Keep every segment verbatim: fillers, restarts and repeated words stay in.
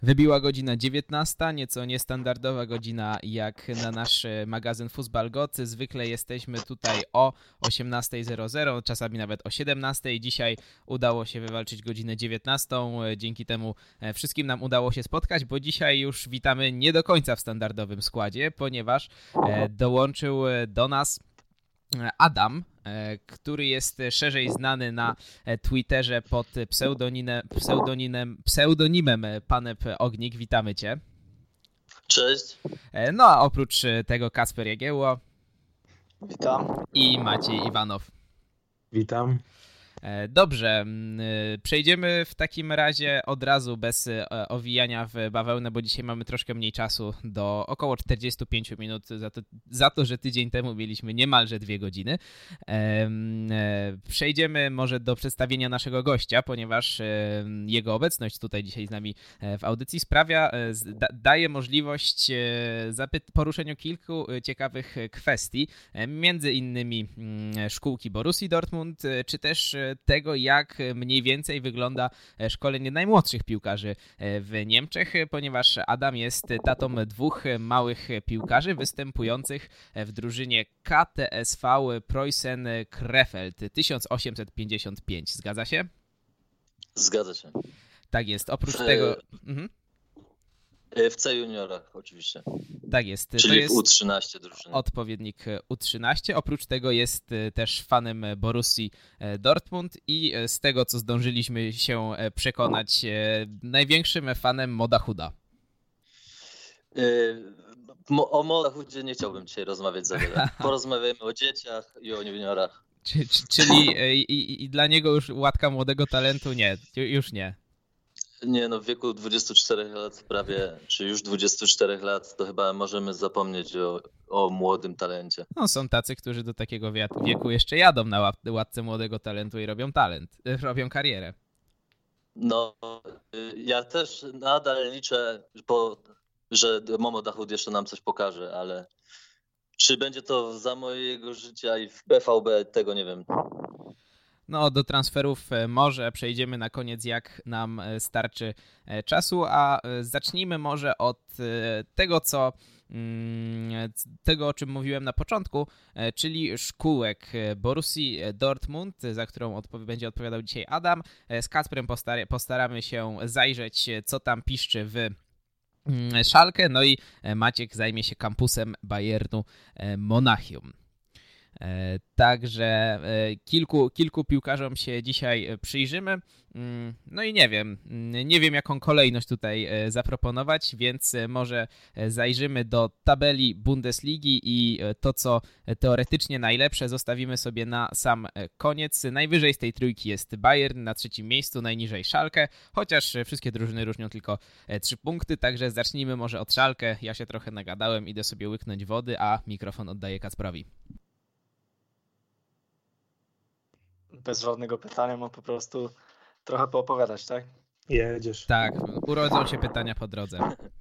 Wybiła godzina dziewiętnasta, nieco niestandardowa godzina jak na nasz magazyn Fußball Gott. Zwykle jesteśmy tutaj o osiemnasta zero zero, czasami nawet o siedemnasta. Dzisiaj udało się wywalczyć godzinę dziewiętnastą. Dzięki temu wszystkim nam udało się spotkać, bo dzisiaj już witamy nie do końca w standardowym składzie, ponieważ dołączył do nas Adam, który jest szerzej znany na Twitterze pod pseudonimem, pseudonimem, pseudonimem Panep Ognik. Witamy Cię. Cześć. No a oprócz tego Kacper Jagiełło. Witam. I Maciej Iwanow. Witam. Dobrze, przejdziemy w takim razie od razu bez owijania w bawełnę, bo dzisiaj mamy troszkę mniej czasu, do około czterdzieści pięć minut, za to, za to, że tydzień temu mieliśmy niemalże dwie godziny. Przejdziemy może do przedstawienia naszego gościa, ponieważ jego obecność tutaj dzisiaj z nami w audycji sprawia, daje możliwość poruszenia kilku ciekawych kwestii, między innymi szkółki Borussii Dortmund, czy też tego, jak mniej więcej wygląda szkolenie najmłodszych piłkarzy w Niemczech, ponieważ Adam jest tatą dwóch małych piłkarzy występujących w drużynie K T S V Preußen Krefeld tysiąc osiemset pięćdziesiąt pięć. Zgadza się? Zgadza się. Tak jest. Oprócz w... tego... Mhm. W C juniorach oczywiście. Tak jest. Czyli to jest w U trzynaście drużyny. Odpowiednik U trzynaście. Oprócz tego jest też fanem Borussii Dortmund i z tego, co zdążyliśmy się przekonać, największym fanem Moda Huda. O Moda Hudzie nie chciałbym dzisiaj rozmawiać za wiele. Porozmawiajmy o dzieciach i o juniorach. Czyli i, i, i dla niego już łatka młodego talentu nie, już nie. Nie, no w wieku dwudziestu czterech lat prawie, czy już dwudziestu czterech lat, to chyba możemy zapomnieć o, o młodym talencie. No są tacy, którzy do takiego wieku jeszcze jadą na łatce młodego talentu i robią talent, robią karierę. No, ja też nadal liczę, bo, że Momo Dachud jeszcze nam coś pokaże, ale czy będzie to za mojego życia i w B V B, tego nie wiem. No, do transferów może przejdziemy na koniec, jak nam starczy czasu, a zacznijmy może od tego, co tego, o czym mówiłem na początku, czyli szkółek Borussii Dortmund, za którą odpow- będzie odpowiadał dzisiaj Adam. Z Kacprem postar- postaramy się zajrzeć, co tam piszczy w Schalke, no i Maciek zajmie się kampusem Bayernu Monachium. Także kilku, kilku piłkarzom się dzisiaj przyjrzymy. No i nie wiem, nie wiem jaką kolejność tutaj zaproponować, więc może zajrzymy do tabeli Bundesligi i to, co teoretycznie najlepsze, zostawimy sobie na sam koniec. Najwyżej z tej trójki jest Bayern, na trzecim miejscu, najniżej Schalke, chociaż wszystkie drużyny różnią tylko trzy punkty, także zacznijmy może od Schalke. Ja się trochę nagadałem, idę sobie łyknąć wody, a mikrofon oddaję Kacprowi. Bez żadnego pytania mam po prostu trochę poopowiadać, tak? Jedziesz. Tak, urodzą się pytania po drodze.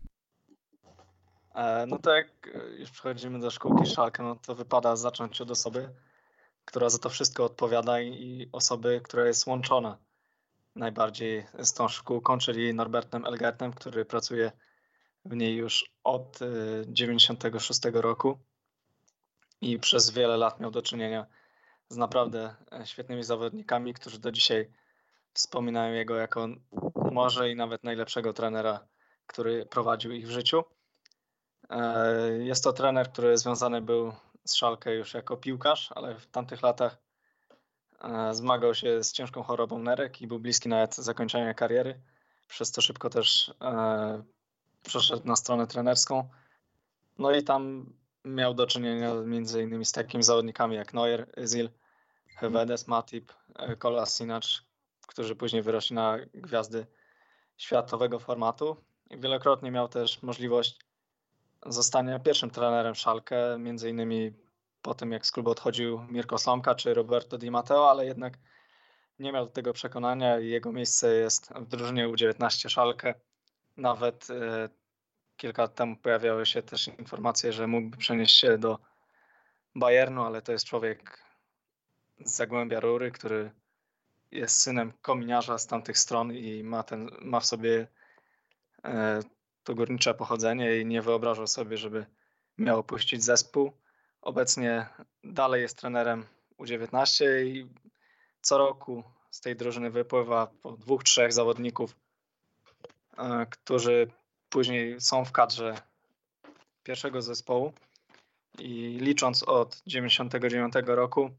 E, no to jak już przechodzimy do szkółki Schalke, no to wypada zacząć od osoby, która za to wszystko odpowiada i osoby, która jest łączona najbardziej z tą szkółką, czyli Norbertem Elgertem, który pracuje w niej już od dziewięćdziesiątego szóstego roku i przez wiele lat miał do czynienia z naprawdę świetnymi zawodnikami, którzy do dzisiaj wspominają jego jako może i nawet najlepszego trenera, który prowadził ich w życiu. Jest to trener, który związany był z Schalke już jako piłkarz, ale w tamtych latach zmagał się z ciężką chorobą nerek i był bliski nawet zakończenia kariery. Przez to szybko też przeszedł na stronę trenerską. No i tam miał do czynienia między innymi z takimi zawodnikami jak Neuer, Özil, Höwedes, Matip, Kolasinac, którzy później wyrośli na gwiazdy światowego formatu. I wielokrotnie miał też możliwość zostania pierwszym trenerem Schalke, między innymi po tym, jak z klubu odchodził Mirko Slomka czy Roberto Di Matteo, ale jednak nie miał do tego przekonania i jego miejsce jest w drużynie U dziewiętnaście Schalke. Nawet e, kilka lat temu pojawiały się też informacje, że mógłby przenieść się do Bayernu, ale to jest człowiek z Zagłębia Rury, który jest synem kominiarza z tamtych stron i ma, ten, ma w sobie to górnicze pochodzenie i nie wyobrażał sobie, żeby miał opuścić zespół. Obecnie dalej jest trenerem U dziewiętnaście i co roku z tej drużyny wypływa po dwóch, trzech zawodników, którzy później są w kadrze pierwszego zespołu i licząc od dziewięćdziesiątego dziewiątego roku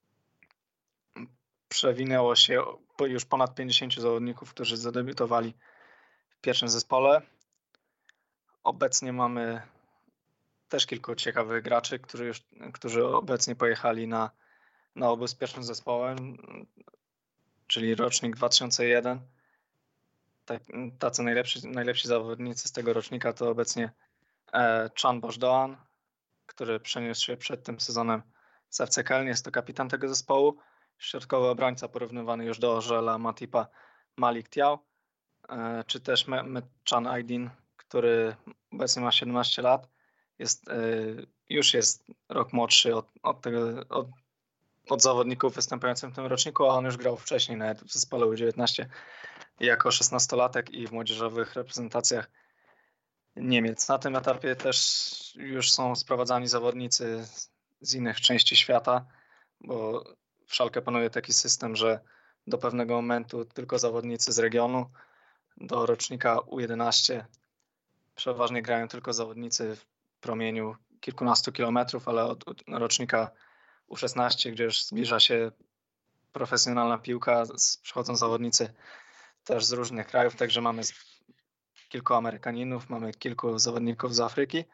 przewinęło się już ponad pięćdziesięciu zawodników, którzy zadebiutowali w pierwszym zespole. Obecnie mamy też kilku ciekawych graczy, którzy, już, którzy obecnie pojechali na, na obóz z pierwszym zespołem, czyli rocznik dwa tysiące jeden. Tak, tacy najlepsi, najlepsi zawodnicy z tego rocznika to obecnie e, Chan Bożdoğan, który przeniósł się przed tym sezonem z F C Köln, jest to kapitan tego zespołu. Środkowy obrońca porównywany już do Joela Matipa, Malik Thiaw, e, czy też Chan Aydin, który obecnie ma siedemnaście lat. Jest, e, już jest rok młodszy od, od, tego, od, od zawodników występujących w tym roczniku, a on już grał wcześniej nawet w zespole U dziewiętnaście jako szesnastolatek i w młodzieżowych reprezentacjach Niemiec. Na tym etapie też już są sprowadzani zawodnicy z innych części świata, bo w Schalke panuje taki system, że do pewnego momentu tylko zawodnicy z regionu, do rocznika U jedenaście przeważnie grają tylko zawodnicy w promieniu kilkunastu kilometrów, ale od rocznika U szesnaście, gdzie już zbliża się profesjonalna piłka, przychodzą zawodnicy też z różnych krajów, także mamy kilku Amerykaninów, mamy kilku zawodników z Afryki.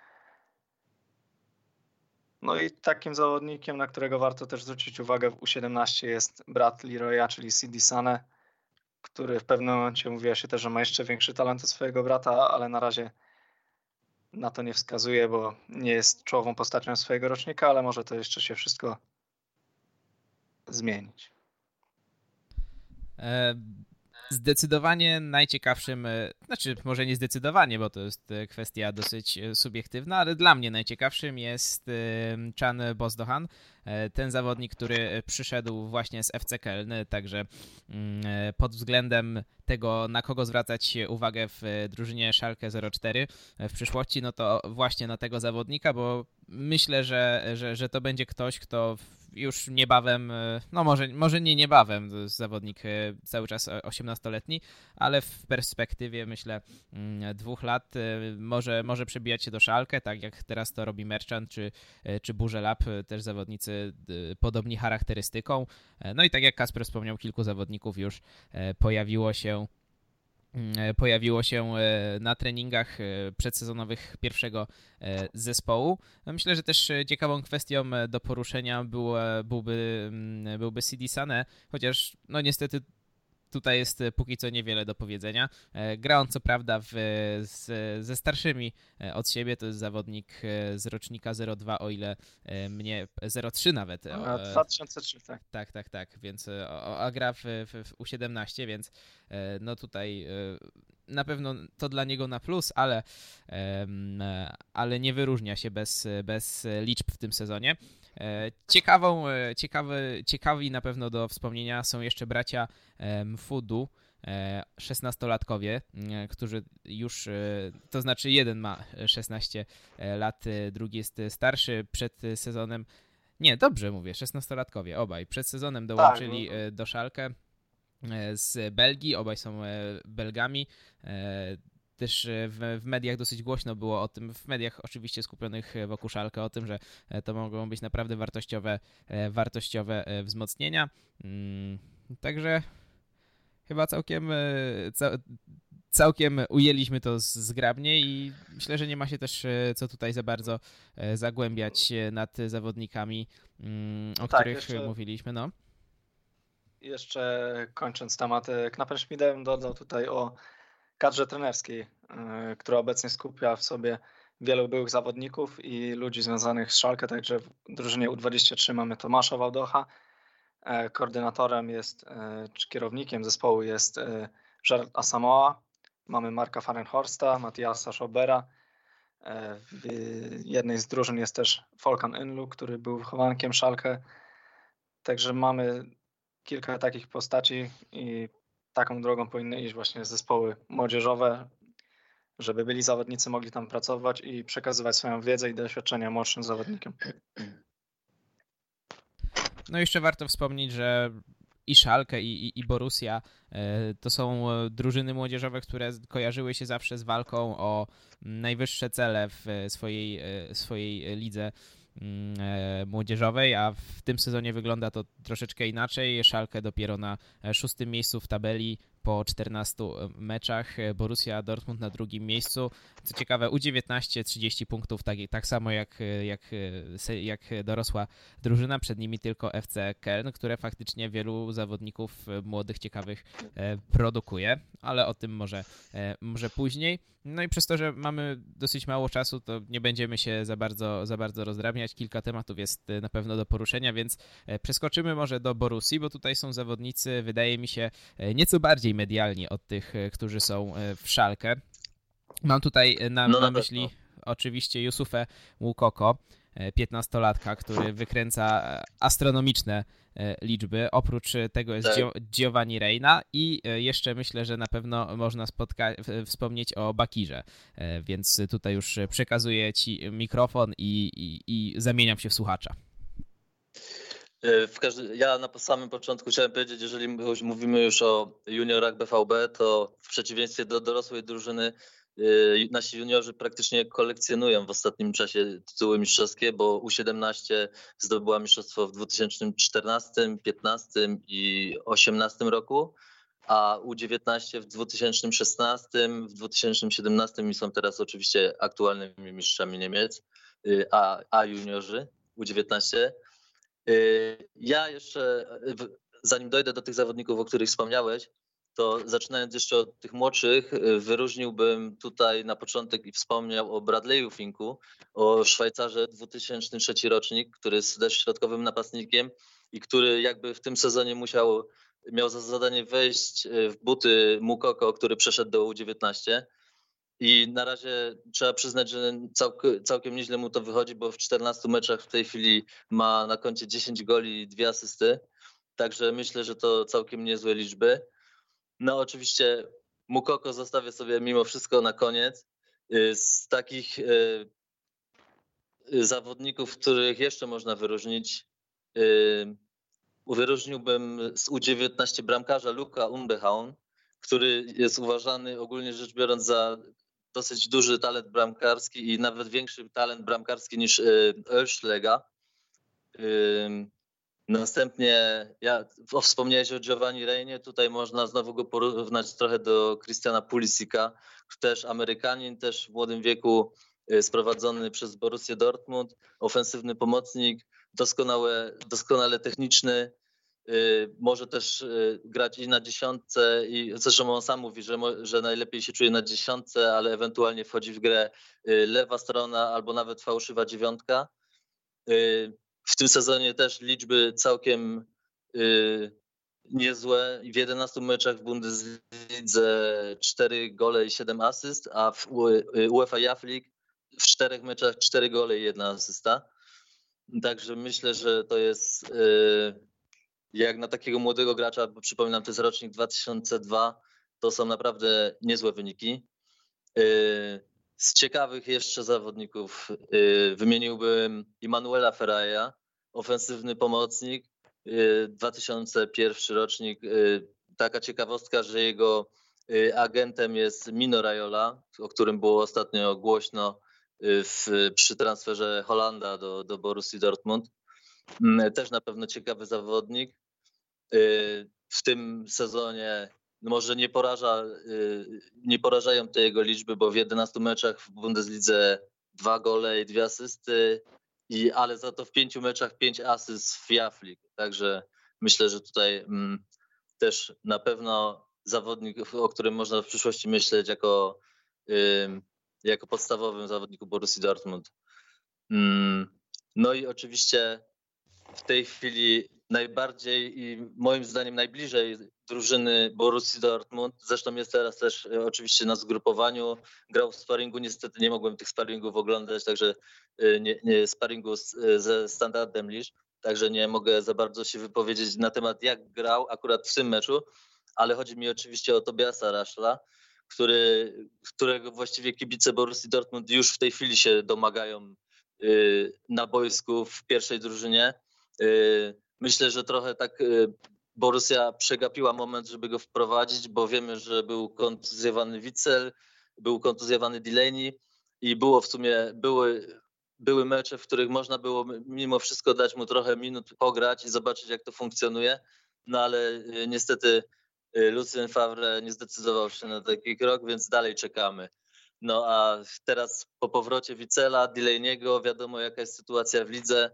No i takim zawodnikiem, na którego warto też zwrócić uwagę w U siedemnaście jest brat Leroya, czyli Sidi Sané, który w pewnym momencie mówiło się też, że ma jeszcze większy talent od swojego brata, ale na razie na to nie wskazuje, bo nie jest czołową postacią swojego rocznika, ale może to jeszcze się wszystko zmienić. E- Zdecydowanie najciekawszym, znaczy może nie zdecydowanie, bo to jest kwestia dosyć subiektywna, ale dla mnie najciekawszym jest Chan Bożdoğan, ten zawodnik, który przyszedł właśnie z F C Köln, także pod względem tego, na kogo zwracać uwagę w drużynie Schalke zero cztery w przyszłości, no to właśnie na tego zawodnika, bo myślę, że, że, że to będzie ktoś, kto już niebawem, no może, może nie niebawem, to jest zawodnik cały czas osiemnastoletni, ale w perspektywie myślę dwóch lat może, może przebijać się do Schalke, tak jak teraz to robi Merchant czy, czy Bujelab, też zawodnicy podobni charakterystyką. No i tak jak Kasper wspomniał, kilku zawodników już pojawiło się pojawiło się na treningach przedsezonowych pierwszego zespołu. Myślę, że też ciekawą kwestią do poruszenia był, byłby, byłby Sidi Sané, chociaż no niestety tutaj jest póki co niewiele do powiedzenia. Gra on co prawda w, z, ze starszymi od siebie, to jest zawodnik z rocznika zero dwa, o ile mnie, zero trzy nawet. dwa tysiące trzy, tak. Tak, tak, tak, więc a gra w, w, w U siedemnaście, więc no tutaj na pewno to dla niego na plus, ale, ale nie wyróżnia się bez, bez liczb w tym sezonie. Ciekawą, ciekawy, ciekawi na pewno do wspomnienia są jeszcze bracia Mfudu, szesnastolatkowie, którzy już, to znaczy jeden ma szesnaście lat, drugi jest starszy. Przed sezonem, nie, dobrze mówię, szesnastolatkowie, obaj. Przed sezonem dołączyli tak, no. do Schalke z Belgii, obaj są Belgami. Też w, w mediach dosyć głośno było o tym, w mediach oczywiście skupionych wokół Schalke, o tym, że to mogą być naprawdę wartościowe, wartościowe wzmocnienia. Także chyba całkiem, całkiem ujęliśmy to zgrabnie i myślę, że nie ma się też co tutaj za bardzo zagłębiać nad zawodnikami, o tak, których jeszcze, mówiliśmy. No. Jeszcze kończąc temat, Knappenschmiedem dodał tutaj o kadrze trenerskiej, która obecnie skupia w sobie wielu byłych zawodników i ludzi związanych z Schalke, także w drużynie U dwadzieścia trzy mamy Tomasza Wałdocha, koordynatorem jest, czy kierownikiem zespołu jest Gerard Asamoah, mamy Marka Fahrenhorsta, Matthiasa Schaubera, w jednej z drużyn jest też Volkan Ünlü, który był wychowankiem Schalke, także mamy kilka takich postaci i taką drogą powinny iść właśnie zespoły młodzieżowe, żeby byli zawodnicy mogli tam pracować i przekazywać swoją wiedzę i doświadczenia młodszym zawodnikom. No jeszcze warto wspomnieć, że i Schalke, i, i, i Borussia to są drużyny młodzieżowe, które kojarzyły się zawsze z walką o najwyższe cele w swojej, swojej lidze młodzieżowej, a w tym sezonie wygląda to troszeczkę inaczej. Schalke dopiero na szóstym miejscu w tabeli po czternastu meczach, Borussia Dortmund na drugim miejscu. Co ciekawe, U dziewiętnaście trzydzieści punktów, tak, tak samo jak, jak, jak dorosła drużyna, przed nimi tylko F C Köln, które faktycznie wielu zawodników młodych, ciekawych produkuje, ale o tym może, może później. No i przez to, że mamy dosyć mało czasu, to nie będziemy się za bardzo, za bardzo rozdrabniać. Kilka tematów jest na pewno do poruszenia, więc przeskoczymy może do Borussii, bo tutaj są zawodnicy, wydaje mi się, nieco bardziej medialni od tych, którzy są w Schalke. Mam tutaj na, no, na myśli no. oczywiście Youssouphe Moukoko, piętnastolatka, który wykręca astronomiczne liczby. Oprócz tego jest tak. Giovanni Reina i jeszcze myślę, że na pewno można spotka- wspomnieć o Bakirze, więc tutaj już przekazuję Ci mikrofon i, i, i zamieniam się w słuchacza. W każdy... Ja na samym początku chciałem powiedzieć, jeżeli mówimy już o juniorach B V B, to w przeciwieństwie do dorosłej drużyny nasi juniorzy praktycznie kolekcjonują w ostatnim czasie tytuły mistrzowskie, bo U siedemnaście zdobyła mistrzostwo w dwa tysiące czternastym, piętnastym i osiemnastym roku, a U dziewiętnaście w dwa tysiące szesnastym, w dwa tysiące siedemnastym i są teraz oczywiście aktualnymi mistrzami Niemiec, a, a juniorzy U dziewiętnaście. Ja jeszcze, zanim dojdę do tych zawodników, o których wspomniałeś, to zaczynając jeszcze od tych młodszych, wyróżniłbym tutaj na początek i wspomniał o Bradley'u Finku, o Szwajcarze, dwa tysiące trzeci rocznik, który jest też środkowym napastnikiem i który jakby w tym sezonie musiał, miał za zadanie wejść w buty Moukoko, który przeszedł do U dziewiętnaście. I na razie trzeba przyznać, że całk- całkiem nieźle mu to wychodzi, bo w czternastu meczach w tej chwili ma na koncie dziesięć goli i dwie asysty. Także myślę, że to całkiem niezłe liczby. No oczywiście Moukoko zostawię sobie mimo wszystko na koniec. Z takich zawodników, których jeszcze można wyróżnić, wyróżniłbym z U dziewiętnaście bramkarza Luka Unbehaun, który jest uważany ogólnie rzecz biorąc za dosyć duży talent bramkarski i nawet większy talent bramkarski niż Oelschläger. Następnie, ja, o, wspomniałeś o Giovanni Reinie, tutaj można znowu go porównać trochę do Christiana Pulisic'a, też Amerykanin, też w młodym wieku sprowadzony przez Borussię Dortmund, ofensywny pomocnik, doskonale, doskonale techniczny, może też grać i na dziesiątce, i zresztą on sam mówi, że, że najlepiej się czuje na dziesiątce, ale ewentualnie wchodzi w grę lewa strona albo nawet fałszywa dziewiątka. W tym sezonie też liczby całkiem niezłe. W jedenastu meczach w Bundeslidze cztery gole i siedem asyst, a w UEFA Youth League w czterech meczach cztery gole i jedna asysta. Także myślę, że to jest jak na takiego młodego gracza, bo przypominam, to jest rocznik dwa tysiące drugi, to są naprawdę niezłe wyniki. Z ciekawych jeszcze zawodników wymieniłbym Immanuela Ferraja, ofensywny pomocnik, dwa tysiące pierwszy rocznik. Taka ciekawostka, że jego agentem jest Mino Raiola, o którym było ostatnio głośno w, przy transferze Holanda do, do Borussii Dortmund. Też na pewno ciekawy zawodnik. W tym sezonie może nie poraża, nie porażają te jego liczby, bo w jedenastu meczach w Bundeslidze dwa gole i dwie asysty, i, ale za to w pięciu meczach pięć asyst w Youth League. Także myślę, że tutaj mm, też na pewno zawodnik, o którym można w przyszłości myśleć jako, y, jako podstawowym zawodniku Borussii Dortmund. Mm, no i oczywiście w tej chwili najbardziej i moim zdaniem najbliżej drużyny Borussii Dortmund, zresztą jest teraz też oczywiście na zgrupowaniu, grał w sparingu, niestety nie mogłem tych sparingów oglądać, także nie, nie sparingu z, ze Standardem Liège, także nie mogę za bardzo się wypowiedzieć na temat jak grał akurat w tym meczu, ale chodzi mi oczywiście o Tobiasa Raschla, który, którego właściwie kibice Borussii Dortmund już w tej chwili się domagają na boisku w pierwszej drużynie. Myślę, że trochę tak Borussia przegapiła moment, żeby go wprowadzić, bo wiemy, że był kontuzjowany Witsel, był kontuzjowany Delaney i było w sumie, były, były mecze, w których można było mimo wszystko dać mu trochę minut pograć i zobaczyć, jak to funkcjonuje. No ale niestety Lucien Favre nie zdecydował się na taki krok, więc dalej czekamy. No a teraz po powrocie Witsela, Delaney'ego, wiadomo jaka jest sytuacja w lidze,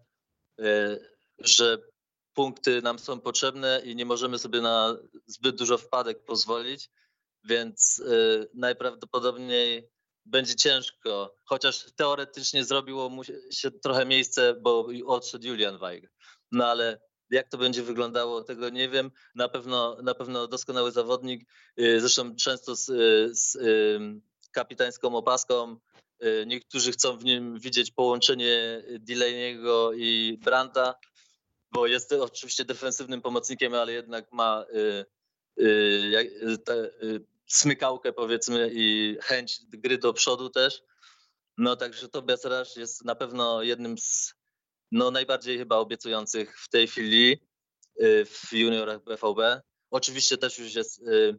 że punkty nam są potrzebne i nie możemy sobie na zbyt dużo wpadek pozwolić, więc najprawdopodobniej będzie ciężko, chociaż teoretycznie zrobiło mu się trochę miejsce, bo odszedł Julian Weigl. No ale jak to będzie wyglądało, tego nie wiem. Na pewno, na pewno doskonały zawodnik, zresztą często z, z kapitańską opaską. Niektórzy chcą w nim widzieć połączenie Delaney'ego i Brandta, bo jest oczywiście defensywnym pomocnikiem, ale jednak ma y, y, te, y, smykałkę powiedzmy i chęć gry do przodu też. No także Tobias Rasch jest na pewno jednym z no, najbardziej chyba obiecujących w tej chwili y, w juniorach B V B. Oczywiście też już jest, y,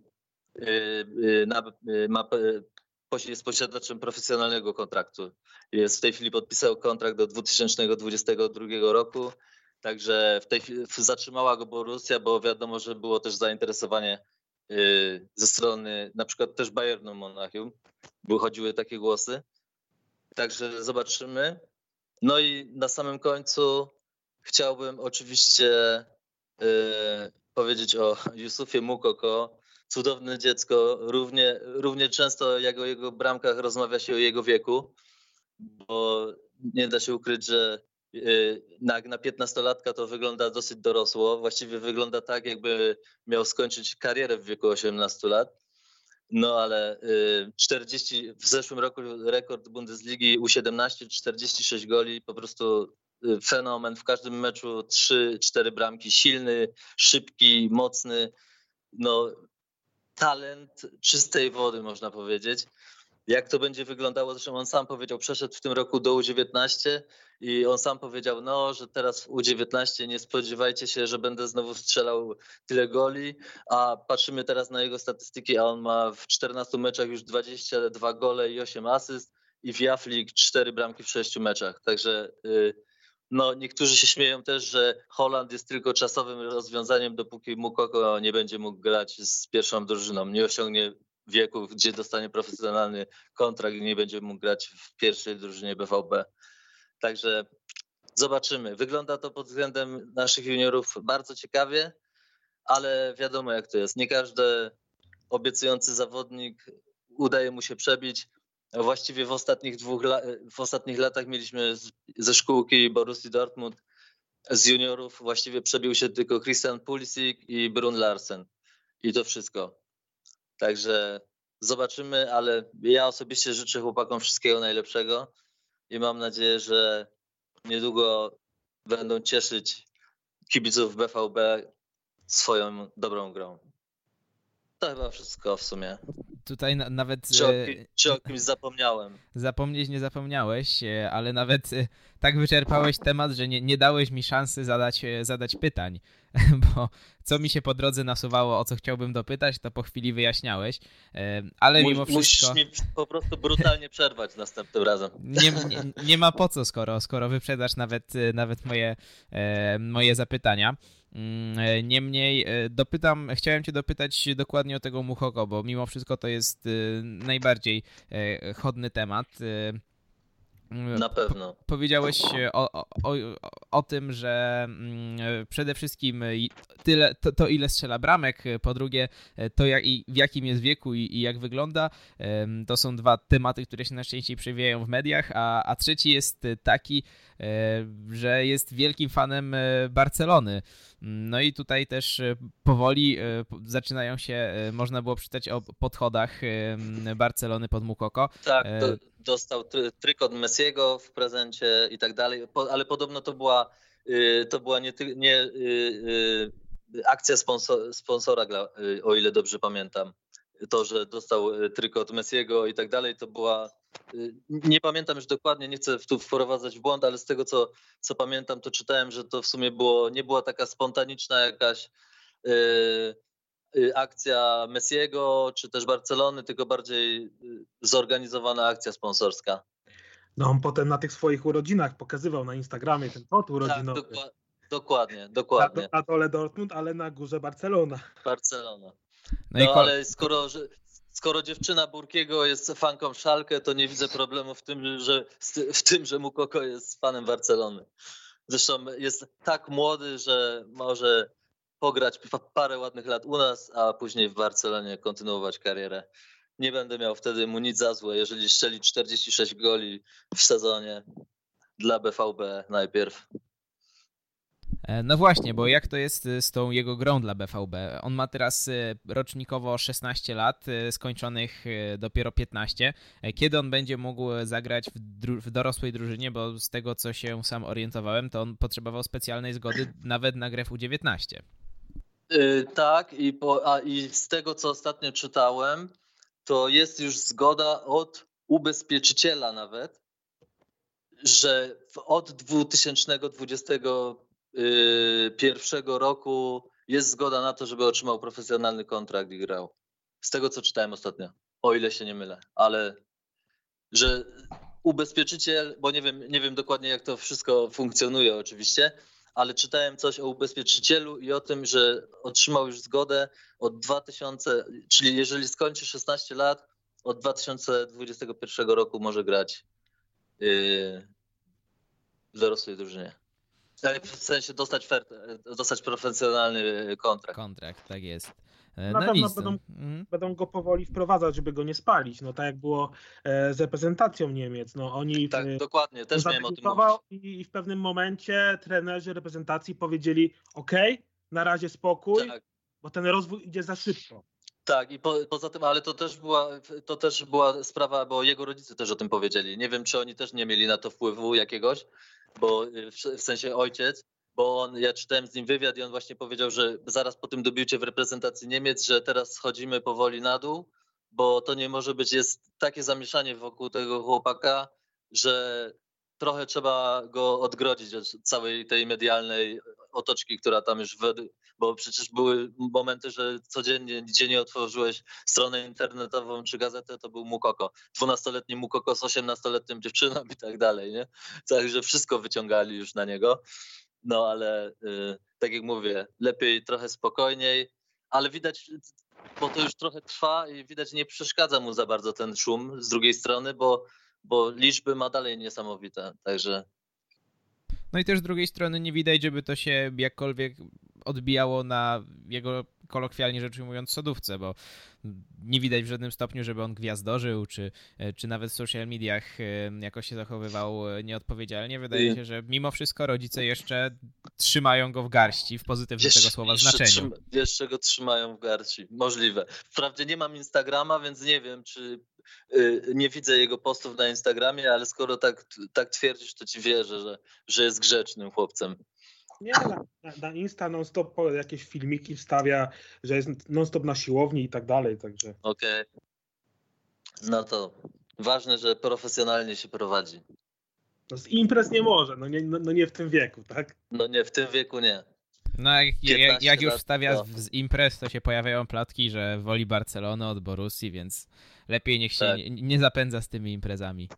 y, na, y, ma, jest posiadaczem profesjonalnego kontraktu. Jest w tej chwili podpisał kontrakt do dwa tysiące dwudziestego drugiego roku. Także w tej chwili zatrzymała go Borussia, bo wiadomo, że było też zainteresowanie y, ze strony na przykład też Bayernu Monachium. Były, chodziły takie głosy. Także zobaczymy. No i na samym końcu chciałbym oczywiście y, powiedzieć o Yusufie Moukoko. Cudowne dziecko. Równie, równie często jak o jego bramkach rozmawia się o jego wieku, bo nie da się ukryć, że na, na piętnastolatka to wygląda dosyć dorosło. Właściwie wygląda tak, jakby miał skończyć karierę w wieku osiemnastu lat. No ale czterdzieści w zeszłym roku rekord Bundesligi U siedemnaście, czterdzieści sześć goli, po prostu fenomen. W każdym meczu trzy cztery bramki, silny, szybki, mocny. No talent czystej wody można powiedzieć. Jak to będzie wyglądało, zresztą on sam powiedział, przeszedł w tym roku do U dziewiętnaście i on sam powiedział, no, że teraz w U dziewiętnaście nie spodziewajcie się, że będę znowu strzelał tyle goli, a patrzymy teraz na jego statystyki, a on ma w czternastu meczach już dwadzieścia dwa gole i osiem asyst i w Youth League cztery bramki w sześciu meczach. Także no, niektórzy się śmieją też, że Holland jest tylko czasowym rozwiązaniem, dopóki Moukoko nie będzie mógł grać z pierwszą drużyną, nie osiągnie wieku, gdzie dostanie profesjonalny kontrakt i nie będzie mógł grać w pierwszej drużynie B V B. Także zobaczymy. Wygląda to pod względem naszych juniorów bardzo ciekawie, ale wiadomo jak to jest. Nie każdy obiecujący zawodnik udaje mu się przebić. Właściwie w ostatnich dwóch w ostatnich latach mieliśmy ze szkółki Borussii Dortmund z juniorów właściwie przebił się tylko Christian Pulisic i Brun Larsen. I to wszystko. Także zobaczymy, ale ja osobiście życzę chłopakom wszystkiego najlepszego i mam nadzieję, że niedługo będą cieszyć kibiców B V B swoją dobrą grą. To chyba wszystko w sumie. Tutaj na, nawet... Czy o, czy o kimś zapomniałem? Zapomnieć nie zapomniałeś, ale nawet tak wyczerpałeś temat, że nie, nie dałeś mi szansy zadać, zadać pytań, bo co mi się po drodze nasuwało, o co chciałbym dopytać, to po chwili wyjaśniałeś, ale mimo Musisz wszystko... Musisz mi po prostu brutalnie przerwać następnym razem. Nie, nie, nie ma po co, skoro, skoro wyprzedzasz nawet, nawet moje, moje zapytania. Niemniej dopytam, chciałem cię dopytać dokładnie o tego Moukoko, bo mimo wszystko to jest najbardziej chodny temat. Na pewno. Po, powiedziałeś o, o, o, o tym, że przede wszystkim tyle, to, to ile strzela bramek, po drugie to jak, i w jakim jest wieku i, i jak wygląda. To są dwa tematy, które się najczęściej przewijają w mediach, a, a trzeci jest taki, że jest wielkim fanem Barcelony. No i tutaj też powoli zaczynają się, można było przeczytać o podchodach Barcelony pod Moukoko. Tak, to dostał trykot Messiego w prezencie i tak dalej, ale podobno to była, to była nie, nie akcja sponsor, sponsora, o ile dobrze pamiętam. to, że dostał trykot Messiego i tak dalej, to była, nie pamiętam już dokładnie, nie chcę tu wprowadzać w błąd, ale z tego co, co pamiętam, to czytałem, że to w sumie było, nie była taka spontaniczna jakaś yy, akcja Messiego czy też Barcelony, tylko bardziej zorganizowana akcja sponsorska. No on potem na tych swoich urodzinach pokazywał na Instagramie ten tort urodzinowy. Tak, dokła- dokładnie, dokładnie. Na, na dole Dortmund, ale na górze Barcelona. Barcelona. No, i No kol- ale skoro, że, skoro dziewczyna Burkiego jest fanką Schalke, to nie widzę problemu w tym, że, w tym, że Moukoko jest fanem Barcelony. Zresztą jest tak młody, że może pograć pa- parę ładnych lat u nas, a później w Barcelonie kontynuować karierę. Nie będę miał wtedy mu nic za złe, jeżeli strzeli czterdzieści sześć goli w sezonie dla B V B najpierw. No właśnie, bo jak to jest z tą jego grą dla B V B? On ma teraz rocznikowo szesnaście lat, skończonych dopiero piętnaście. Kiedy on będzie mógł zagrać w, dru- w dorosłej drużynie, bo z tego co się sam orientowałem, to on potrzebował specjalnej zgody nawet na grę w U dziewiętnaście. Yy, tak i, po, a, i z tego co ostatnio czytałem, to jest już zgoda od ubezpieczyciela nawet, że w, od dwa tysiące dwudziestego pierwszego roku jest zgoda na to, żeby otrzymał profesjonalny kontrakt i grał. Z tego co czytałem ostatnio, o ile się nie mylę, ale że ubezpieczyciel, bo nie wiem, nie wiem dokładnie jak to wszystko funkcjonuje oczywiście, ale czytałem coś o ubezpieczycielu i o tym, że otrzymał już zgodę od dwa tysiące, czyli jeżeli skończy szesnaście lat, od dwa tysiące dwudziestego pierwszego roku może grać yy, w dorosłej drużynie. W sensie dostać, fer, dostać profesjonalny kontrakt. Kontrakt, tak jest. Na No pewno nic. będą, Mhm. będą go powoli wprowadzać, żeby go nie spalić. No tak jak było e, z reprezentacją Niemiec. No oni Tak, e, dokładnie, też on miałem o tym zadebiutował mówić. i, i w pewnym momencie trenerzy reprezentacji powiedzieli: OK, na razie spokój, Tak. bo ten rozwój idzie za szybko. Tak, i po, poza tym, ale to też była, to też była sprawa, bo jego rodzice też o tym powiedzieli. Nie wiem, czy oni też nie mieli na to wpływu jakiegoś, bo w, w sensie ojciec, bo on, ja czytałem z nim wywiad i on właśnie powiedział, że zaraz po tym debiucie w reprezentacji Niemiec, że teraz schodzimy powoli na dół, bo to nie może być, jest takie zamieszanie wokół tego chłopaka, że trochę trzeba go odgrodzić od całej tej medialnej otoczki, która tam już według, bo przecież były momenty, że codziennie, gdzie nie otworzyłeś stronę internetową czy gazetę, to był Moukoko. dwunastoletni Moukoko z osiemnastoletnią dziewczyną i tak dalej, nie? Także wszystko wyciągali już na niego. No ale y, tak jak mówię, lepiej trochę spokojniej, ale widać, bo to już trochę trwa i widać, nie przeszkadza mu za bardzo ten szum z drugiej strony, bo, bo liczby ma dalej niesamowite, także... No i też z drugiej strony nie widać, żeby to się jakkolwiek odbijało na jego, kolokwialnie rzecz ujmując, sodówce, bo nie widać w żadnym stopniu, żeby on gwiazdożył, czy, czy nawet w social mediach jakoś się zachowywał nieodpowiedzialnie. Wydaje się, że mimo wszystko rodzice jeszcze trzymają go w garści, w pozytywnym Jeszcze, tego słowa jeszcze znaczeniu. Trzyma, jeszcze go trzymają w garści, możliwe. Wprawdzie nie mam Instagrama, więc nie wiem, czy yy, nie widzę jego postów na Instagramie, ale skoro tak, tak twierdzisz, to ci wierzę, że, że jest grzecznym chłopcem. Nie, na, na Insta non-stop jakieś filmiki wstawia, że jest non-stop na siłowni i tak dalej, także... Okej. Okay. No to ważne, że profesjonalnie się prowadzi. No z imprez nie może, no nie, no, no nie w tym wieku, tak? No nie, w tym wieku nie. No jak, jak, jak już lat, wstawia to... z, z imprez, to się pojawiają plotki, że woli Barcelonę od Borussii, więc lepiej niech się tak. nie, nie zapędza z tymi imprezami.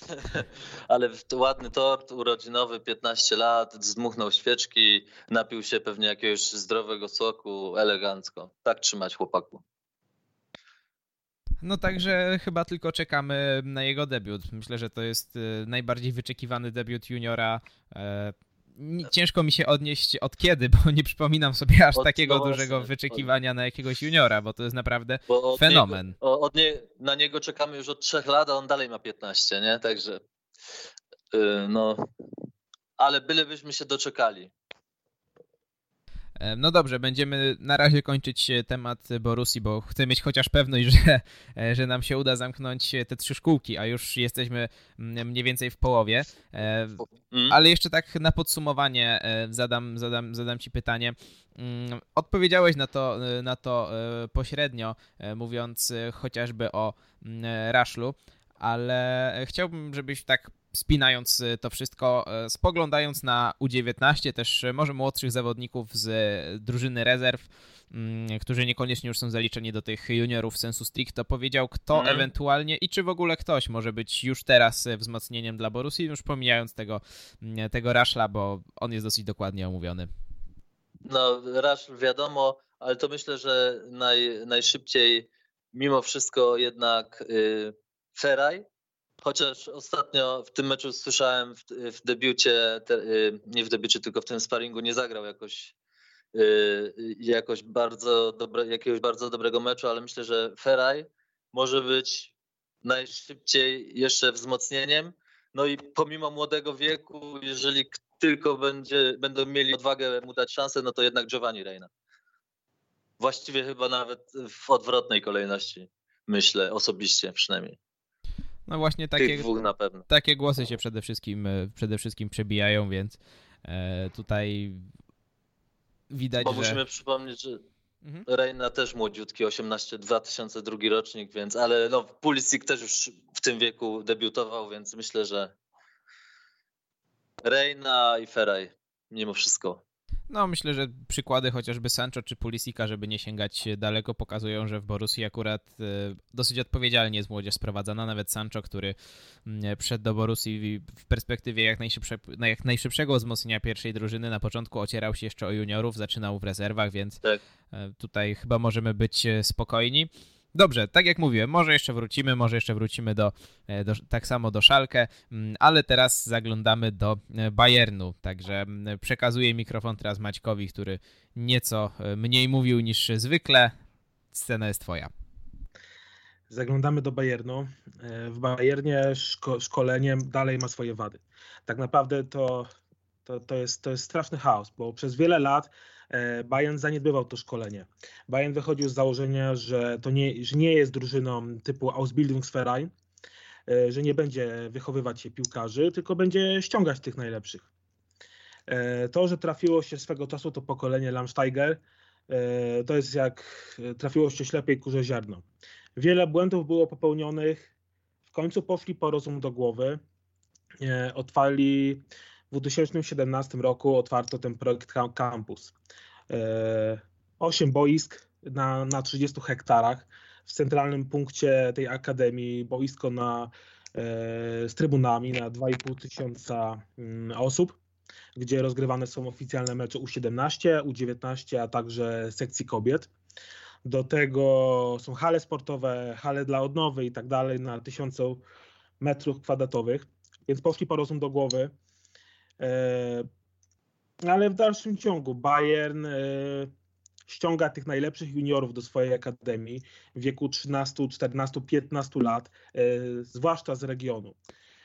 Ale ładny tort urodzinowy, piętnaście lat, zdmuchnął świeczki, napił się pewnie jakiegoś zdrowego soku, elegancko. Tak trzymać, chłopaku. No także chyba tylko czekamy na jego debiut. Myślę, że to jest najbardziej wyczekiwany debiut juniora. Ciężko mi się odnieść od kiedy, bo nie przypominam sobie aż od, takiego no dużego właśnie, wyczekiwania od... na jakiegoś juniora, bo to jest naprawdę od fenomen. Niego, od nie, na niego czekamy już od trzech lat, a on dalej ma piętnaście, nie? Także yy, no, ale bylebyśmy się doczekali. No dobrze, będziemy na razie kończyć temat Borussii, bo chcę mieć chociaż pewność, że, że nam się uda zamknąć te trzy szkółki, a już jesteśmy mniej więcej w połowie. Ale jeszcze tak na podsumowanie zadam, zadam, zadam ci pytanie. Odpowiedziałeś na to, na to pośrednio, mówiąc chociażby o Rushlu, ale chciałbym, żebyś tak spinając to wszystko, spoglądając na U dziewiętnaście, też może młodszych zawodników z drużyny rezerw, którzy niekoniecznie już są zaliczeni do tych juniorów sensu stricto, powiedział, kto mm. ewentualnie i czy w ogóle ktoś może być już teraz wzmocnieniem dla Borussii, już pomijając tego, tego Rushla, bo on jest dosyć dokładnie omówiony. No, Rushel wiadomo, ale to myślę, że naj, najszybciej mimo wszystko jednak yy, Feraj. Chociaż ostatnio w tym meczu słyszałem w, w debiucie, te, nie w debiucie, tylko w tym sparingu nie zagrał jakoś, jakoś bardzo dobre, jakiegoś bardzo dobrego meczu, ale myślę, że Feraj może być najszybciej jeszcze wzmocnieniem. No i pomimo młodego wieku, jeżeli tylko będzie, będą mieli odwagę mu dać szansę, no to jednak Giovanni Reina. Właściwie chyba nawet w odwrotnej kolejności, myślę, osobiście przynajmniej. No właśnie takie, Tych dwóch na pewno. Takie głosy się przede wszystkim, przede wszystkim przebijają, więc e, tutaj widać, Bo że... musimy przypomnieć, że mhm. Reina też młodziutki, osiemnaście, dwa tysiące drugi rocznik, więc, ale no Pulisic też już w tym wieku debiutował, więc myślę, że Reina i Feraj mimo wszystko. No myślę, że przykłady chociażby Sancho czy Pulisic'a, żeby nie sięgać daleko, pokazują, że w Borussii akurat dosyć odpowiedzialnie jest młodzież sprowadzana. Nawet Sancho, który wszedł do Borussii w perspektywie jak, najszybsze, jak najszybszego wzmocnienia pierwszej drużyny. Na początku ocierał się jeszcze o juniorów, zaczynał w rezerwach, więc tak. Tutaj chyba możemy być spokojni. Dobrze, tak jak mówiłem, może jeszcze wrócimy, może jeszcze wrócimy do, do tak samo do Schalke, ale teraz zaglądamy do Bayernu, także przekazuję mikrofon teraz Maćkowi, który nieco mniej mówił niż zwykle. Scena jest twoja. Zaglądamy do Bayernu. W Bayernie szko- szkolenie dalej ma swoje wady. Tak naprawdę to, to, to, jest, to jest straszny chaos, bo przez wiele lat Bayern zaniedbywał to szkolenie. Bayern wychodził z założenia, że to nie, że nie jest drużyną typu Ausbildungsverein, że nie będzie wychowywać się piłkarzy, tylko będzie ściągać tych najlepszych. To, że trafiło się swego czasu to pokolenie Lammsteiger, to jest jak trafiło się ślepej kurze ziarno. Wiele błędów było popełnionych, w końcu poszli po rozum do głowy, otwarli w dwa tysiące siedemnastym roku otwarto ten projekt Campus. Osiem boisk na, na trzydziestu hektarach. W centralnym punkcie tej akademii boisko na, z trybunami na dwa i pół tysiąca osób, gdzie rozgrywane są oficjalne mecze U siedemnaście, U dziewiętnaście, a także sekcji kobiet. Do tego są hale sportowe, hale dla odnowy i tak dalej na tysiące metrów kwadratowych, więc poszli po rozum do głowy. Ale w dalszym ciągu Bayern ściąga tych najlepszych juniorów do swojej akademii w wieku trzynastu, czternastu, piętnastu lat, zwłaszcza z regionu.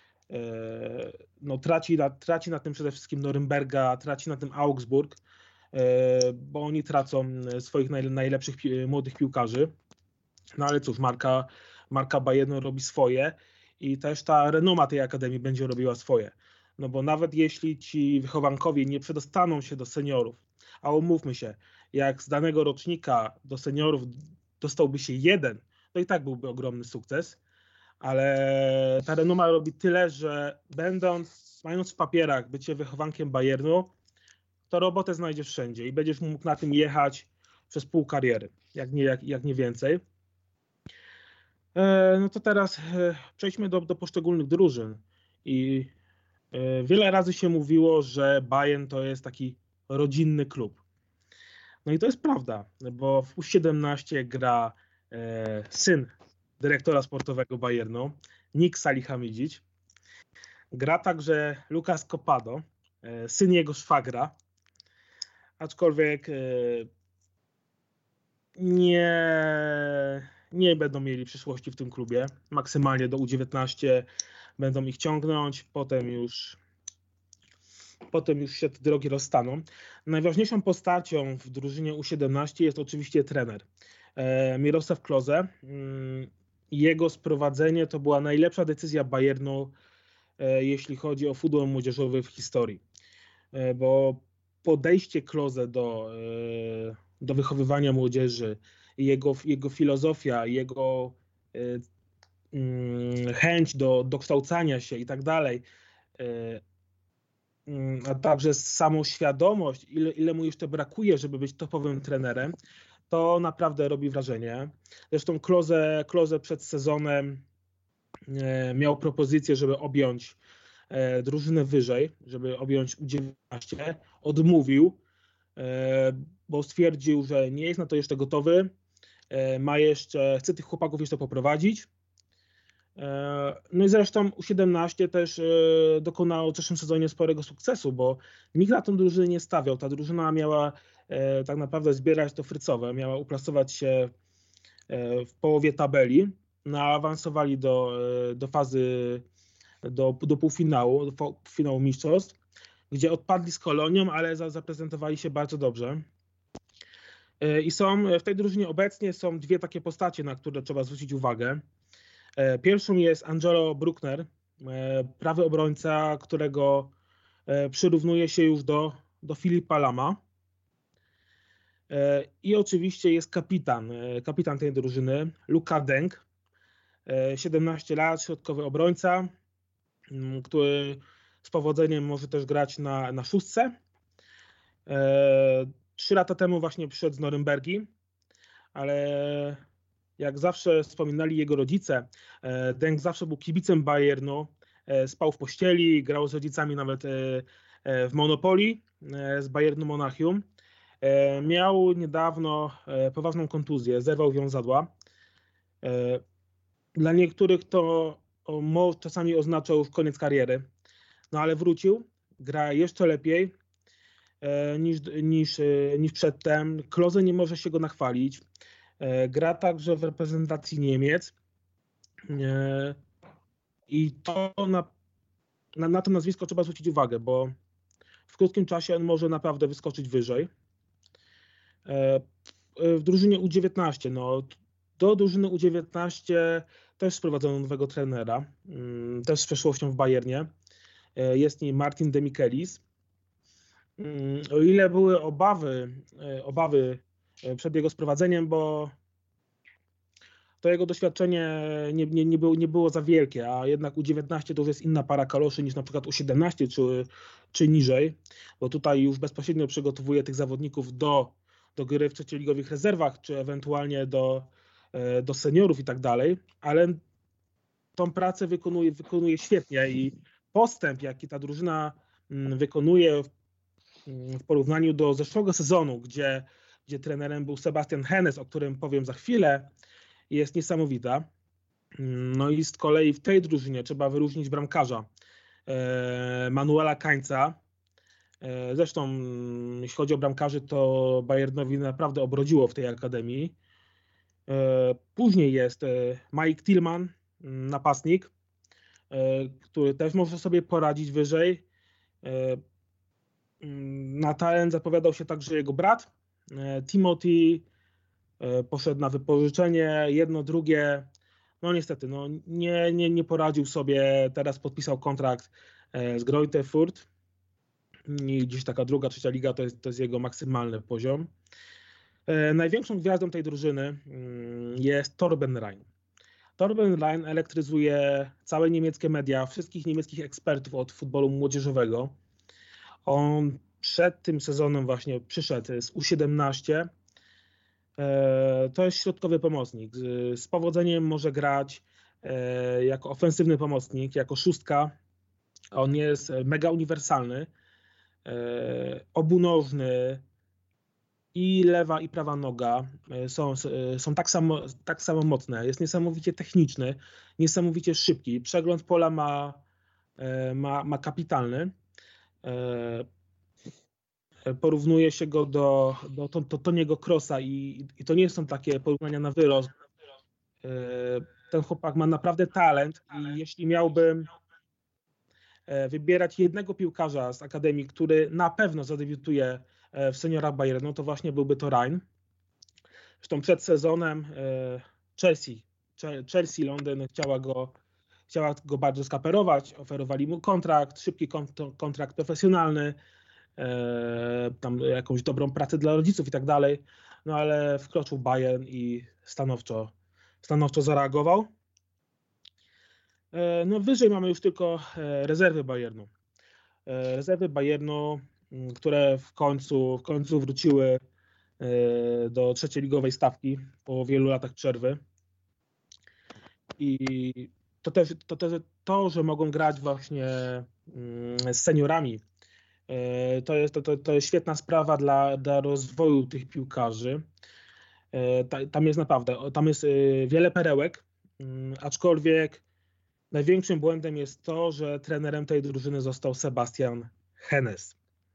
No, traci, na, traci na tym przede wszystkim Norymberga, traci na tym Augsburg, bo oni tracą swoich najlepszych młodych piłkarzy. No ale cóż, marka, marka Bayernu robi swoje i też ta renoma tej akademii będzie robiła swoje. No bo nawet jeśli ci wychowankowie nie przedostaną się do seniorów, a umówmy się, jak z danego rocznika do seniorów dostałby się jeden, to i tak byłby ogromny sukces, ale ta renoma robi tyle, że będąc, mając w papierach bycie wychowankiem Bayernu, to robotę znajdziesz wszędzie i będziesz mógł na tym jechać przez pół kariery, jak nie, jak, jak nie więcej. No to teraz przejdźmy do, do poszczególnych drużyn i wiele razy się mówiło, że Bayern to jest taki rodzinny klub. No i to jest prawda, bo w U siedemnaście gra e, syn dyrektora sportowego Bayernu, Nick Salihamidzic. Gra także Lucas Copado, e, syn jego szwagra, aczkolwiek e, nie, nie będą mieli przyszłości w tym klubie. Maksymalnie do U dziewiętnaście będą ich ciągnąć, potem już potem już się te drogi rozstaną. Najważniejszą postacią w drużynie U siedemnaście jest oczywiście trener Mirosław Klose. Jego sprowadzenie to była najlepsza decyzja Bayernu, jeśli chodzi o futbol młodzieżowy w historii, bo podejście Klose do, do wychowywania młodzieży, jego, jego filozofia, jego chęć do dokształcania się i tak dalej, a także samą świadomość, ile, ile mu jeszcze brakuje, żeby być topowym trenerem, to naprawdę robi wrażenie. Zresztą Klose, Klose przed sezonem miał propozycję, żeby objąć drużynę wyżej, żeby objąć U dziewiętnaście. Odmówił, bo stwierdził, że nie jest na to jeszcze gotowy. Ma jeszcze, chce tych chłopaków jeszcze poprowadzić. No i zresztą U siedemnaście też dokonało w zeszłym sezonie sporego sukcesu, bo nikt na tą drużynę nie stawiał. Ta drużyna miała tak naprawdę zbierać to frycowe, miała uplasować się w połowie tabeli, no awansowali do, do fazy, do, do półfinału, do finału mistrzostw, gdzie odpadli z Kolonią, ale zaprezentowali się bardzo dobrze. I są w tej drużynie obecnie są dwie takie postacie, na które trzeba zwrócić uwagę. Pierwszą jest Angelo Bruckner, prawy obrońca, którego przyrównuje się już do, do Filipa Lama. I oczywiście jest kapitan, kapitan tej drużyny, Luka Deng, siedemnaście lat, środkowy obrońca, który z powodzeniem może też grać na, na szóstce. Trzy lata temu właśnie przyszedł z Norymbergi, ale jak zawsze wspominali jego rodzice, Deng zawsze był kibicem Bayernu, spał w pościeli, grał z rodzicami nawet w Monopolii z Bayernu Monachium. Miał niedawno poważną kontuzję, zerwał wiązadła. Dla niektórych to czasami oznacza już koniec kariery, no ale wrócił, gra jeszcze lepiej niż, niż, niż przedtem. Klose nie może się go nachwalić. Gra także w reprezentacji Niemiec i to na, na, na to nazwisko trzeba zwrócić uwagę, bo w krótkim czasie on może naprawdę wyskoczyć wyżej. W drużynie U dziewiętnaście, no do drużyny U dziewiętnaście też sprowadzono nowego trenera, też z przeszłością w Bayernie. Jest nim Martin Demichelis. O ile były obawy, obawy przed jego sprowadzeniem, bo to jego doświadczenie nie, nie, nie, było, nie było za wielkie, a jednak U dziewiętnaście to już jest inna para kaloszy niż na przykład U siedemnaście czy, czy niżej, bo tutaj już bezpośrednio przygotowuje tych zawodników do, do gry w trzecioligowych rezerwach, czy ewentualnie do, do seniorów i tak dalej, ale tą pracę wykonuje, wykonuje świetnie i postęp, jaki ta drużyna wykonuje w, w porównaniu do zeszłego sezonu, gdzie gdzie trenerem był Sebastian Hennes, o którym powiem za chwilę, jest niesamowita. No i z kolei w tej drużynie trzeba wyróżnić bramkarza Manuela Kańca. Zresztą jeśli chodzi o bramkarzy, to Bayernowi naprawdę obrodziło w tej akademii. Później jest Mike Tillman, napastnik, który też może sobie poradzić wyżej. Na talent zapowiadał się także jego brat, Timothy, poszedł na wypożyczenie, jedno, drugie, no niestety, no nie, nie, nie poradził sobie, teraz podpisał kontrakt z Greuther Fürth i gdzieś taka druga, trzecia liga to jest, to jest jego maksymalny poziom. Największą gwiazdą tej drużyny jest Torben Rhein. Torben Rhein elektryzuje całe niemieckie media, wszystkich niemieckich ekspertów od futbolu młodzieżowego. On przed tym sezonem właśnie przyszedł z U siedemnaście. To jest środkowy pomocnik. Z powodzeniem może grać jako ofensywny pomocnik, jako szóstka. On jest mega uniwersalny, obunożny i lewa i prawa noga są, są tak, samo, tak samo mocne. Jest niesamowicie techniczny, niesamowicie szybki. Przegląd pola ma, ma, ma kapitalny. Porównuje się go do, do, do, do Toniego Krosa i, i to nie są takie porównania na wyrost. Ten chłopak ma naprawdę talent i jeśli miałbym wybierać jednego piłkarza z Akademii, który na pewno zadebiutuje w seniorach Bayernu, to właśnie byłby to Rein. Zresztą przed sezonem Chelsea, Chelsea Londyn chciała go, chciała go bardzo skaperować, oferowali mu kontrakt, szybki kontrakt profesjonalny, tam jakąś dobrą pracę dla rodziców i tak dalej, no ale wkroczył Bayern i stanowczo, stanowczo zareagował. No wyżej mamy już tylko rezerwy Bayernu. Rezerwy Bayernu, które w końcu, w końcu wróciły do trzecioligowej stawki po wielu latach przerwy. I to też to, też, to że mogą grać właśnie z seniorami, to jest, to, to jest świetna sprawa dla, dla rozwoju tych piłkarzy. Tam jest naprawdę, tam jest wiele perełek, aczkolwiek największym błędem jest to, że trenerem tej drużyny został Sebastian Hoeneß.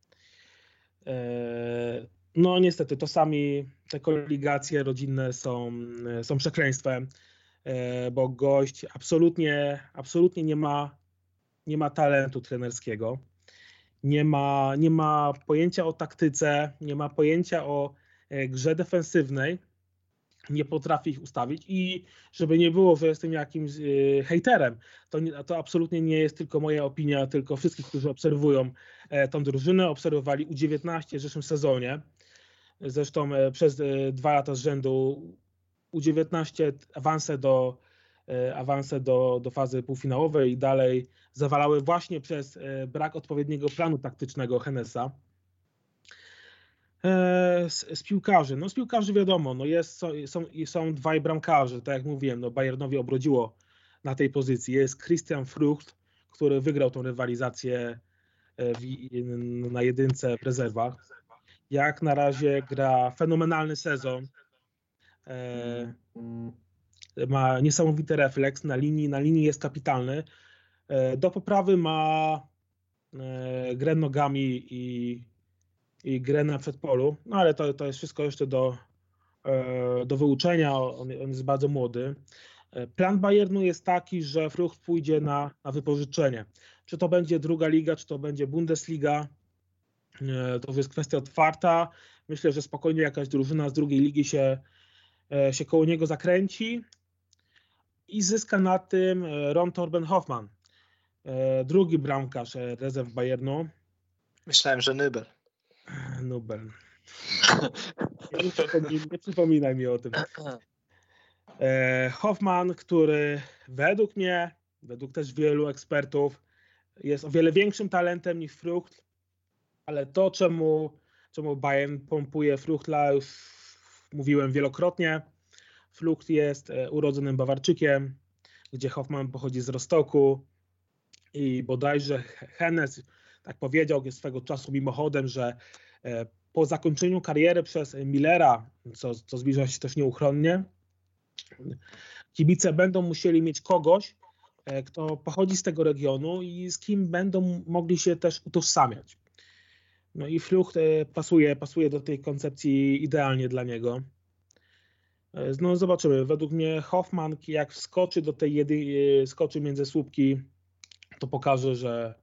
No niestety, to sami te koligacje rodzinne są, są przekleństwem, bo gość absolutnie, absolutnie nie ma, nie ma talentu trenerskiego, nie ma, nie ma pojęcia o taktyce, nie ma pojęcia o grze defensywnej, nie potrafi ich ustawić i żeby nie było, że jestem jakimś y, hejterem, to, nie, to absolutnie nie jest tylko moja opinia, tylko wszystkich, którzy obserwują e, tą drużynę, obserwowali U dziewiętnaście w zeszłym sezonie. Zresztą e, przez e, dwa lata z rzędu U dziewiętnaście awanse do, e, awanse do, do fazy półfinałowej i dalej zawalały właśnie przez e, brak odpowiedniego planu taktycznego Hoeneßa. Z, z piłkarzy. No z piłkarzy wiadomo, no jest, są, są dwaj bramkarze, tak jak mówiłem, no Bayernowi obrodziło na tej pozycji. Jest Christian Frucht, który wygrał tą rywalizację w, na jedynce w rezerwach. Jak na razie gra fenomenalny sezon. E, ma niesamowity refleks na linii, na linii jest kapitalny. E, do poprawy ma e, grę nogami i i grę na przedpolu, no ale to, to jest wszystko jeszcze do, do wyuczenia, on, on jest bardzo młody. Plan Bayernu jest taki, że Frucht pójdzie na, na wypożyczenie. Czy to będzie druga liga, czy to będzie Bundesliga, to już jest kwestia otwarta. Myślę, że spokojnie jakaś drużyna z drugiej ligi się, się koło niego zakręci i zyska na tym Ron Torben Hoffmann, drugi bramkarz rezerw Bayernu. Myślałem, że Nübel. Nubel. Nie, przypominaj, nie przypominaj mi o tym. E, Hoffmann, który według mnie, według też wielu ekspertów, jest o wiele większym talentem niż Frucht, ale to, czemu, czemu Bayern pompuje Fruchtla, już mówiłem wielokrotnie. Frucht jest urodzonym Bawarczykiem, gdzie Hoffmann pochodzi z Rostocku i bodajże Hoeneß tak powiedział swego czasu mimochodem, że po zakończeniu kariery przez Millera, co, co zbliża się też nieuchronnie, kibice będą musieli mieć kogoś, kto pochodzi z tego regionu i z kim będą mogli się też utożsamiać. No i Frucht pasuje, pasuje do tej koncepcji idealnie dla niego. No zobaczymy. Według mnie Hoffmann, jak wskoczy do tej jedy, skoczy między słupki, to pokaże, że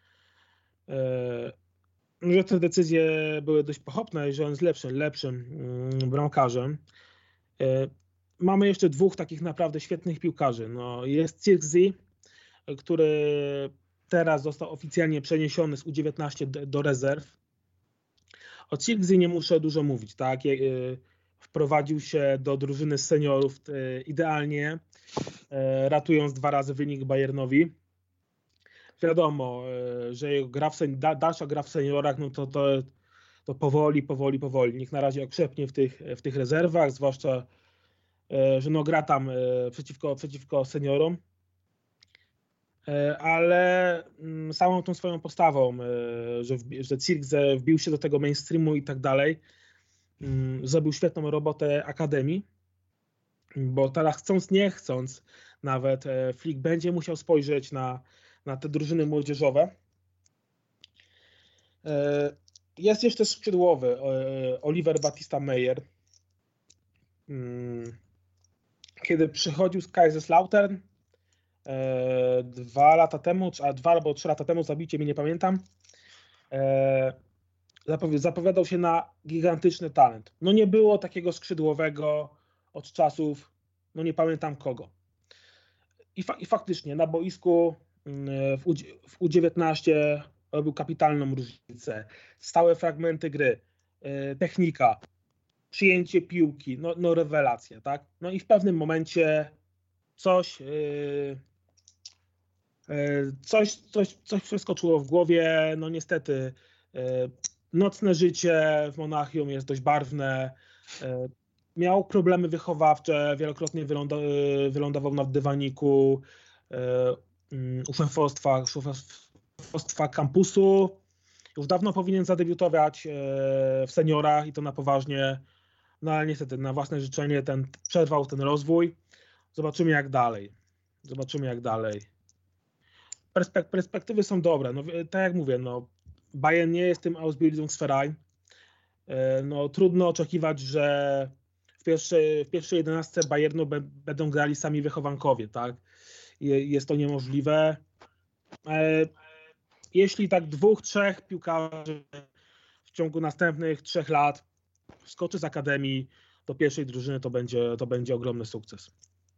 że te decyzje były dość pochopne i że on jest lepszym, lepszym bramkarzem. Mamy jeszcze dwóch takich naprawdę świetnych piłkarzy. No, jest Zirkzee, który teraz został oficjalnie przeniesiony z U dziewiętnaście do rezerw. O Zirkzee nie muszę dużo mówić, tak? Wprowadził się do drużyny seniorów idealnie, ratując dwa razy wynik Bayernowi. Wiadomo, że jego gra w sen, dalsza gra w seniorach, no to, to, to powoli, powoli, powoli. Niech na razie okrzepnie w tych, w tych rezerwach, zwłaszcza, że no gra tam przeciwko, przeciwko seniorom. Ale samą tą swoją postawą, że, że Zirkzee wbił się do tego mainstreamu i tak dalej, zrobił świetną robotę Akademii, bo teraz chcąc nie chcąc nawet Flick będzie musiał spojrzeć na na te drużyny młodzieżowe. Jest jeszcze skrzydłowy Oliver Batista Meyer. Kiedy przychodził z Kaiserslautern, dwa lata temu, a dwa albo trzy lata temu, zabicie mnie, nie pamiętam, zapowiadał się na gigantyczny talent. No nie było takiego skrzydłowego od czasów, no nie pamiętam kogo. I, fa- i faktycznie na boisku w, U, w U dziewiętnaście robił kapitalną różnicę. Stałe fragmenty gry, technika, przyjęcie piłki, no, no rewelacja, tak? No i w pewnym momencie coś, yy, yy, coś, coś, coś przeskoczyło w głowie, no niestety yy, nocne życie w Monachium jest dość barwne, yy, miał problemy wychowawcze, wielokrotnie wyląda, yy, wylądował na dywaniku yy, yy, u szefostwa, szefostwa kampusu, już dawno powinien zadebiutować yy, w seniorach i to na poważnie. No ale niestety na własne życzenie ten przerwał ten rozwój. Zobaczymy jak dalej. Zobaczymy jak dalej. Perspek- perspektywy są dobre. No, tak jak mówię, no, Bayern nie jest tym Ausbildungsverein. No, trudno oczekiwać, że w pierwszej, w pierwszej jedenastce Bayernu be, będą grali sami wychowankowie, tak? Jest to niemożliwe. Jeśli tak dwóch, trzech piłkarzy w ciągu następnych trzech lat skoczy z akademii do pierwszej drużyny, to będzie, to będzie ogromny sukces.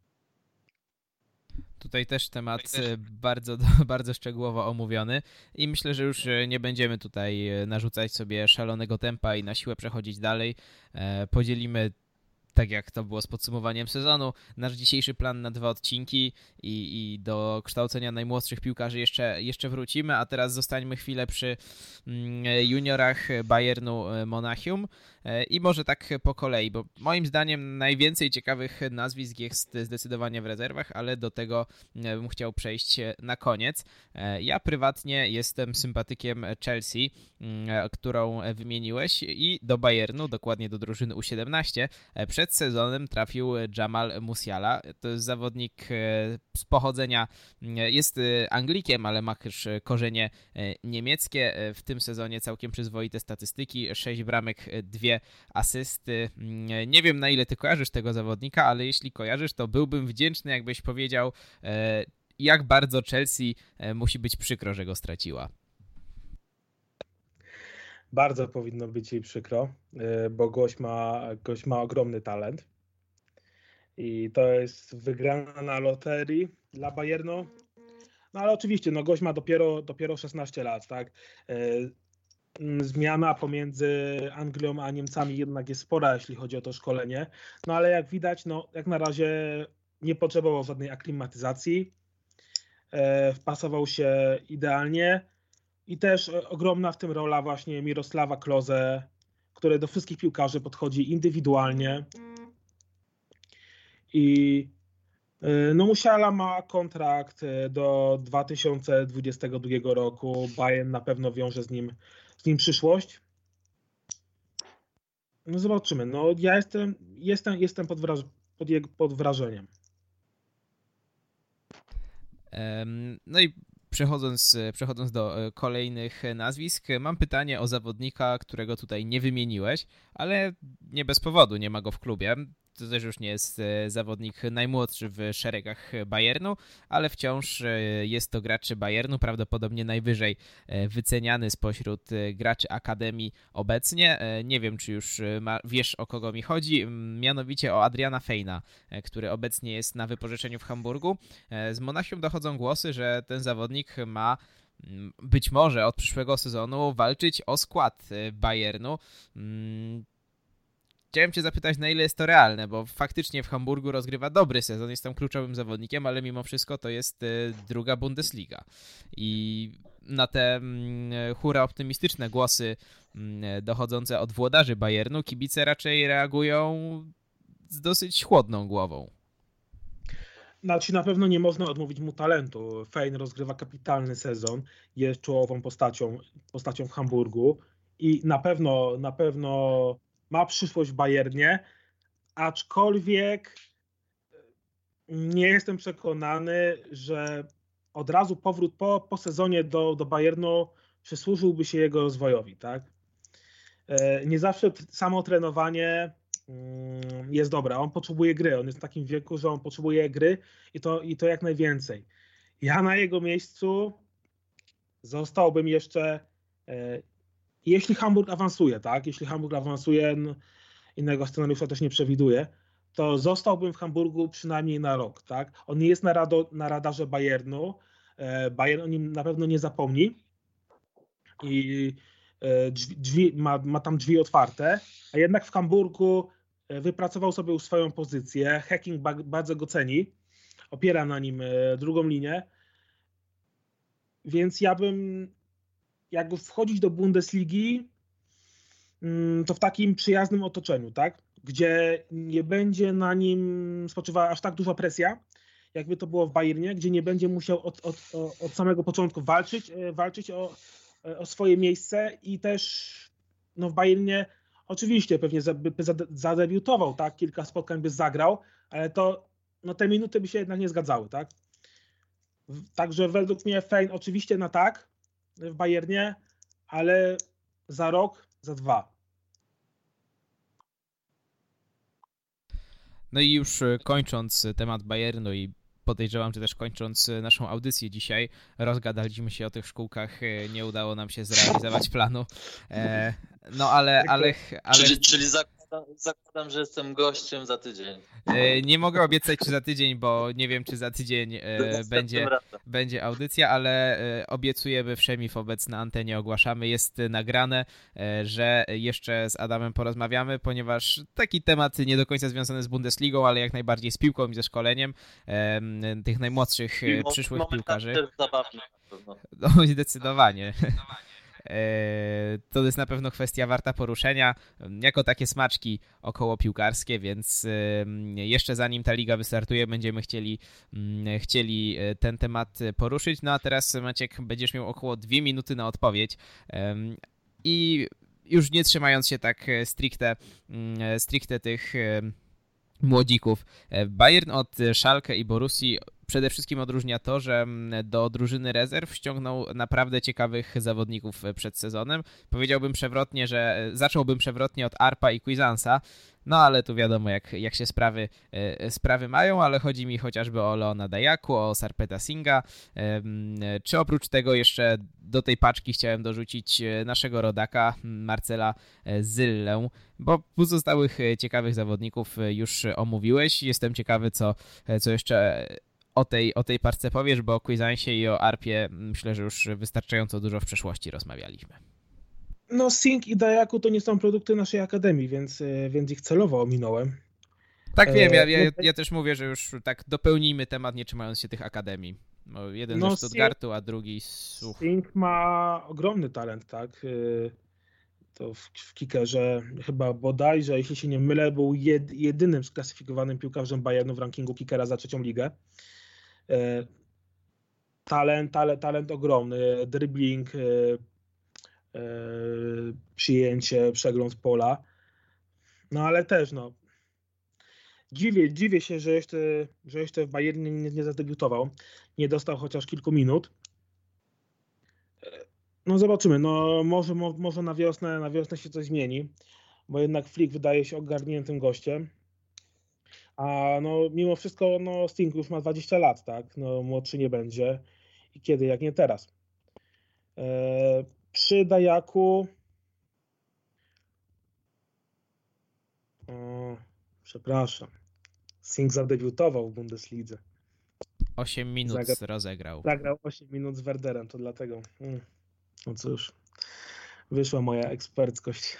Tutaj też temat bardzo, bardzo szczegółowo omówiony i myślę, że już nie będziemy tutaj narzucać sobie szalonego tempa i na siłę przechodzić dalej. Podzielimy, tak jak to było z podsumowaniem sezonu, nasz dzisiejszy plan na dwa odcinki i, i do kształcenia najmłodszych piłkarzy jeszcze, jeszcze wrócimy, a teraz zostańmy chwilę przy juniorach Bayernu Monachium i może tak po kolei, bo moim zdaniem najwięcej ciekawych nazwisk jest zdecydowanie w rezerwach, ale do tego bym chciał przejść na koniec. Ja prywatnie jestem sympatykiem Chelsea, którą wymieniłeś, i do Bayernu, dokładnie do drużyny U siedemnaście, przed sezonem trafił Jamal Musiala. To jest zawodnik z pochodzenia, jest Anglikiem, ale ma też korzenie niemieckie. W tym sezonie całkiem przyzwoite statystyki, sześć bramek, dwie asysty. Nie wiem, na ile ty kojarzysz tego zawodnika, ale jeśli kojarzysz, to byłbym wdzięczny, jakbyś powiedział, jak bardzo Chelsea musi być przykro, że go straciła. Bardzo powinno być jej przykro, bo gość ma, gość ma ogromny talent i to jest wygrana na loterii dla Bayernu. No ale oczywiście, no gość ma dopiero, dopiero szesnaście lat, tak? Zmiana pomiędzy Anglią a Niemcami jednak jest spora, jeśli chodzi o to szkolenie. No ale jak widać, no jak na razie nie potrzebował żadnej aklimatyzacji. Wpasował się idealnie. I też ogromna w tym rola właśnie Mirosława Klose, który do wszystkich piłkarzy podchodzi indywidualnie. I no Musiala ma kontrakt do dwa tysiące dwudziestego drugiego roku. Bayern na pewno wiąże z nim, z nim przyszłość. No zobaczymy. No ja jestem, jestem, jestem pod, wraż- pod, jego, pod wrażeniem. Um, no i Przechodząc, przechodząc do kolejnych nazwisk, mam pytanie o zawodnika, którego tutaj nie wymieniłeś, ale nie bez powodu, nie ma go w klubie. To też już nie jest zawodnik najmłodszy w szeregach Bayernu, ale wciąż jest to gracz Bayernu, prawdopodobnie najwyżej wyceniany spośród graczy Akademii obecnie. Nie wiem, czy już ma, wiesz, o kogo mi chodzi, mianowicie o Adriana Feina, który obecnie jest na wypożyczeniu w Hamburgu. Z Monachium dochodzą głosy, że ten zawodnik ma być może od przyszłego sezonu walczyć o skład Bayernu. Chciałem cię zapytać, na ile jest to realne, bo faktycznie w Hamburgu rozgrywa dobry sezon, jest tam kluczowym zawodnikiem, ale mimo wszystko to jest druga Bundesliga. I na te hura optymistyczne głosy dochodzące od włodarzy Bayernu kibice raczej reagują z dosyć chłodną głową. Znaczy na pewno nie można odmówić mu talentu. Fein rozgrywa kapitalny sezon, jest czołową postacią, postacią w Hamburgu i na pewno, na pewno ma przyszłość w Bayernie, aczkolwiek nie jestem przekonany, że od razu powrót po, po sezonie do, do Bayernu przysłużyłby się jego rozwojowi, tak? Nie zawsze samo trenowanie jest dobra. On potrzebuje gry. On jest w takim wieku, że on potrzebuje gry i to, i to jak najwięcej. Ja na jego miejscu zostałbym jeszcze, jeśli Hamburg awansuje, tak? Jeśli Hamburg awansuje, no, innego scenariusza też nie przewiduje, to zostałbym w Hamburgu przynajmniej na rok, tak? On nie jest na, rado, na radarze Bayernu. Bayern o nim na pewno nie zapomni i drzwi, drzwi, ma, ma tam drzwi otwarte, a jednak w Hamburgu wypracował sobie już swoją pozycję. Hacking bardzo go ceni, opiera na nim drugą linię, więc ja bym, jak wchodzić do Bundesligi, to w takim przyjaznym otoczeniu, tak? Gdzie nie będzie na nim spoczywała aż tak duża presja, jakby to było w Bayernie, gdzie nie będzie musiał od, od, od samego początku walczyć, walczyć o, o swoje miejsce i też no w Bayernie oczywiście pewnie by zadebiutował, tak? Kilka spotkań by zagrał, ale to no te minuty by się jednak nie zgadzały, tak? Także według mnie Fein oczywiście na tak w Bayernie, ale za rok, za dwa. No i już kończąc temat Bayernu i podejrzewam, że też kończąc naszą audycję dzisiaj, rozgadaliśmy się o tych szkółkach, nie udało nam się zrealizować planu. No ale... ale, ale... Czyli, czyli zakładam, zakładam, że jestem gościem za tydzień. Nie mogę obiecać, czy za tydzień, bo nie wiem, czy za tydzień będzie, będzie audycja, ale obiecujemy wszemi wobec na antenie, ogłaszamy, jest nagrane, że jeszcze z Adamem porozmawiamy, ponieważ taki temat nie do końca związany z Bundesligą, ale jak najbardziej z piłką i ze szkoleniem tych najmłodszych I przyszłych piłkarzy. Zabawny, no, zdecydowanie. To jest na pewno kwestia warta poruszenia, jako takie smaczki około piłkarskie, więc jeszcze zanim ta liga wystartuje, będziemy chcieli, chcieli ten temat poruszyć. No a teraz, Maciek, będziesz miał około dwie minuty na odpowiedź i już nie trzymając się tak stricte, stricte tych młodzików. Bayern od Schalke i Borussii przede wszystkim odróżnia to, że do drużyny rezerw ściągnął naprawdę ciekawych zawodników przed sezonem. Powiedziałbym przewrotnie, że zacząłbym przewrotnie od Arpa i Cuisansa, no ale tu wiadomo jak, jak się sprawy, sprawy mają, ale chodzi mi chociażby o Leona Dajaku, o Sarpeta Singa, czy oprócz tego jeszcze do tej paczki chciałem dorzucić naszego rodaka Marcela Zyllę, bo pozostałych ciekawych zawodników już omówiłeś. Jestem ciekawy, co, co jeszcze o tej, o tej parce powiesz, bo o Cuisansie i o Arpie myślę, że już wystarczająco dużo w przeszłości rozmawialiśmy. No Sing i Dajaku to nie są produkty naszej akademii, więc, więc ich celowo ominąłem. Tak wiem, ja, ja, ja też mówię, że już tak dopełnimy temat, nie trzymając się tych akademii. No, jeden no, ze Stuttgartu, a drugi z... Sing ma ogromny talent, tak? To w, w kickerze chyba bodajże, jeśli się nie mylę, był jed, jedynym sklasyfikowanym piłkarzem Bayernu w rankingu kickera za trzecią ligę. E, talent, talent, talent ogromny, dribbling, e, e, przyjęcie, przegląd pola. No ale też no, dziwię, dziwię się, że jeszcze, że jeszcze w Bayernie nie, nie zadebiutował. Nie dostał chociaż kilku minut. No zobaczymy, no może, może na wiosnę, na wiosnę się coś zmieni, bo jednak Flick wydaje się ogarniętym gościem, a no mimo wszystko no Sting już ma dwadzieścia lat, tak, no młodszy nie będzie i kiedy, jak nie teraz. Eee, przy Dajaku o, przepraszam, Sting zadebiutował w Bundeslidze. osiem minut Zagra- rozegrał. Zagrał osiem minut z Werderem, to dlatego... Mm. No cóż, wyszła moja eksperckość.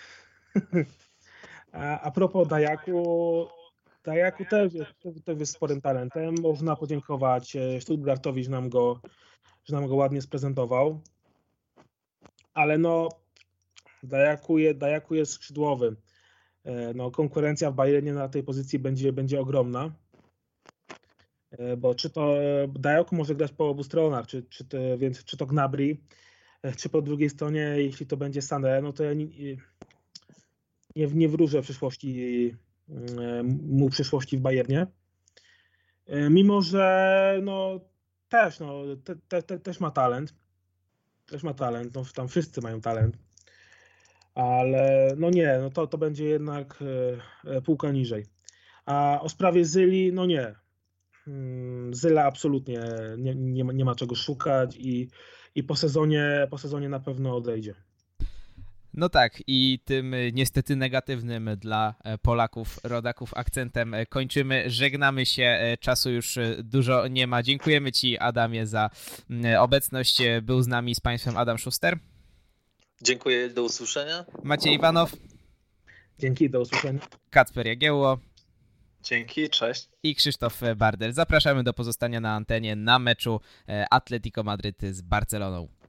A, a propos Dajaku, Dajaku też jest, też jest sporym talentem. Można podziękować Stuttgartowi, że nam go, że nam go ładnie sprezentował. Ale no, Dajaku, je, Dajaku jest skrzydłowy. No, konkurencja w Bayernie na tej pozycji będzie, będzie ogromna. Bo czy to Dajaku może grać po obu stronach, czy, czy, to, więc, czy to Gnabry, czy po drugiej stronie, jeśli to będzie Sané, no to ja nie, nie, nie wróżę przyszłości, mu przyszłości w Bayernie. Mimo, że no też, no, te, te, te, też ma talent. Też ma talent, no tam wszyscy mają talent. ale no nie, no to, to będzie jednak półka niżej. A o sprawie Zyli, no nie. Zyla absolutnie nie, nie, ma, nie ma czego szukać i, i po sezonie, po sezonie na pewno odejdzie. No tak, i tym niestety negatywnym dla Polaków, rodaków akcentem kończymy. Żegnamy się, czasu już dużo nie ma. Dziękujemy Ci, Adamie, za obecność. Był z nami, z Państwem Adam Szuster. Dziękuję, do usłyszenia. Maciej Iwanow. Dzięki, do usłyszenia. Kacper Jagiełło. Dzięki, cześć. I Krzysztof Bardel. Zapraszamy do pozostania na antenie na meczu Atletico Madryt z Barceloną.